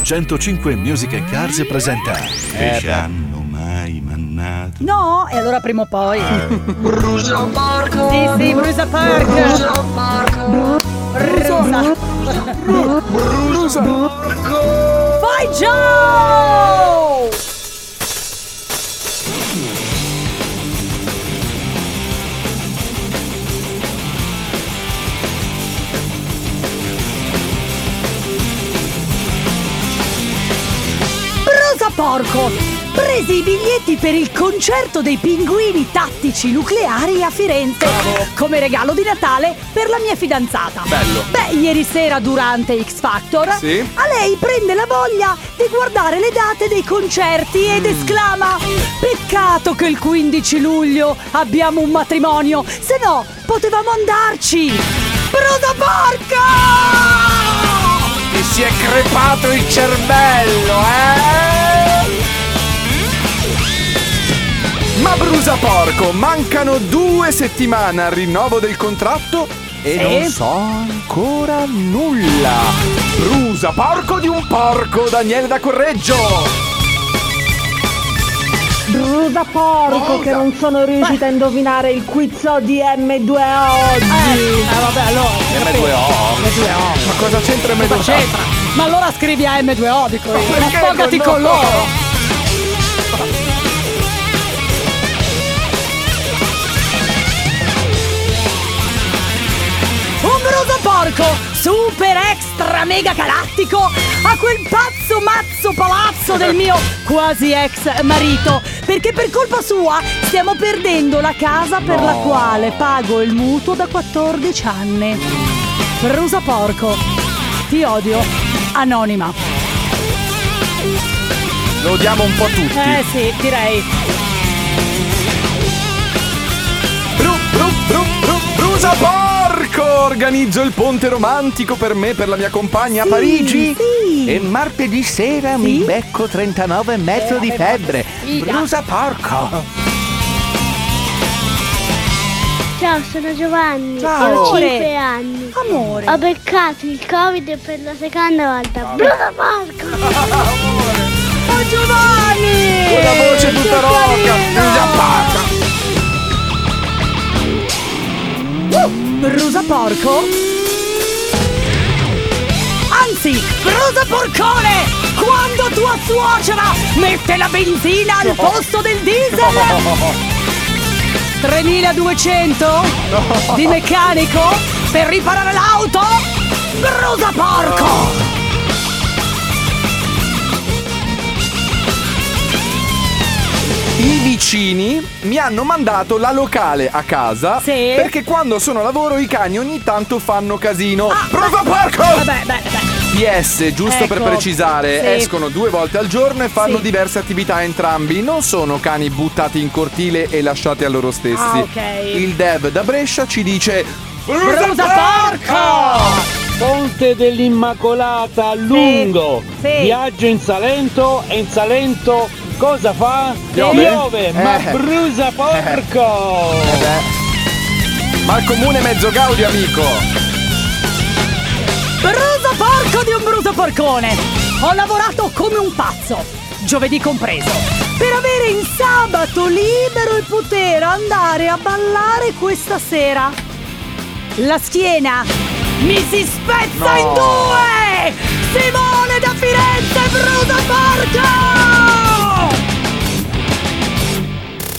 105 Music & Cars presenta Ci hanno mai mannato? No, e allora prima o poi. Brusa porco. Sì, Brusa Park. Brusa porco. Brusa porco. Vai Joe! Brusa porco! Presi i biglietti per il concerto dei pinguini tattici nucleari a Firenze. Bravo. Come regalo di Natale per la mia fidanzata. Bello. Beh, ieri sera durante X Factor, Sì. a lei prende la voglia di guardare le date dei concerti ed esclama: peccato che il 15 luglio abbiamo un matrimonio, se no potevamo andarci. Brusa porca! Mi si è crepato il cervello, Ma Brusa porco, mancano 2 settimane al rinnovo del contratto e Sì. non so ancora nulla. Brusa porco di un porco, Daniele da Correggio. Brusa porco Cosa? che non sono riuscita a indovinare il quiz di M2 oggi. Vabbè, allora. M2O. M2O. Ma cosa c'entra M2O? Cosa c'entra? Ma allora scrivi a M2O, dico io. Ma perché sfogati no? con loro. Un bruso porco super extra mega galattico a quel pazzo mazzo palazzo del mio quasi ex marito, perché per colpa sua stiamo perdendo la casa per la quale pago il mutuo da 14 anni. Brusa porco, ti odio, anonima. Lo odiamo un po' tutti. Sì, direi. Brusa porco! Organizzo il ponte romantico per me e per la mia compagna a Parigi. Sì. E martedì sera mi becco 39,5 di febbre. Brusa porco! Ciao, sono Giovanni, Ciao. ho 5 anni. Amore. Ho beccato il Covid per la seconda volta. Brusa porco! Oh Giovanni! Con la voce tutta roca! Brusa porco! Brusa porco? Anzi, brusa porcone! Quando tua suocera mette la benzina al posto del diesel! 3200 di meccanico per riparare l'auto? Brusa porco! I vicini mi hanno mandato la locale a casa. Sì. Perché quando sono a lavoro i cani ogni tanto fanno casino. Brusa porco! Vabbè. PS, giusto per Ecco, precisare, sì. escono 2 volte al giorno e fanno Sì. diverse attività entrambi. Non sono cani buttati in cortile e lasciati a loro stessi. Ah, ok. Il dev da Brescia ci dice: Brusa porco! Ponte dell'Immacolata a lungo, Sì. viaggio in Salento e in Salento cosa fa? Piove. Ma brusa porco! Ma il comune mezzo gaudio, amico. Brusa porco di un bruso porcone! Ho lavorato come un pazzo, giovedì compreso, per avere il sabato libero e poter andare a ballare questa sera. La schiena mi si spezza in due! Simone da Firenze!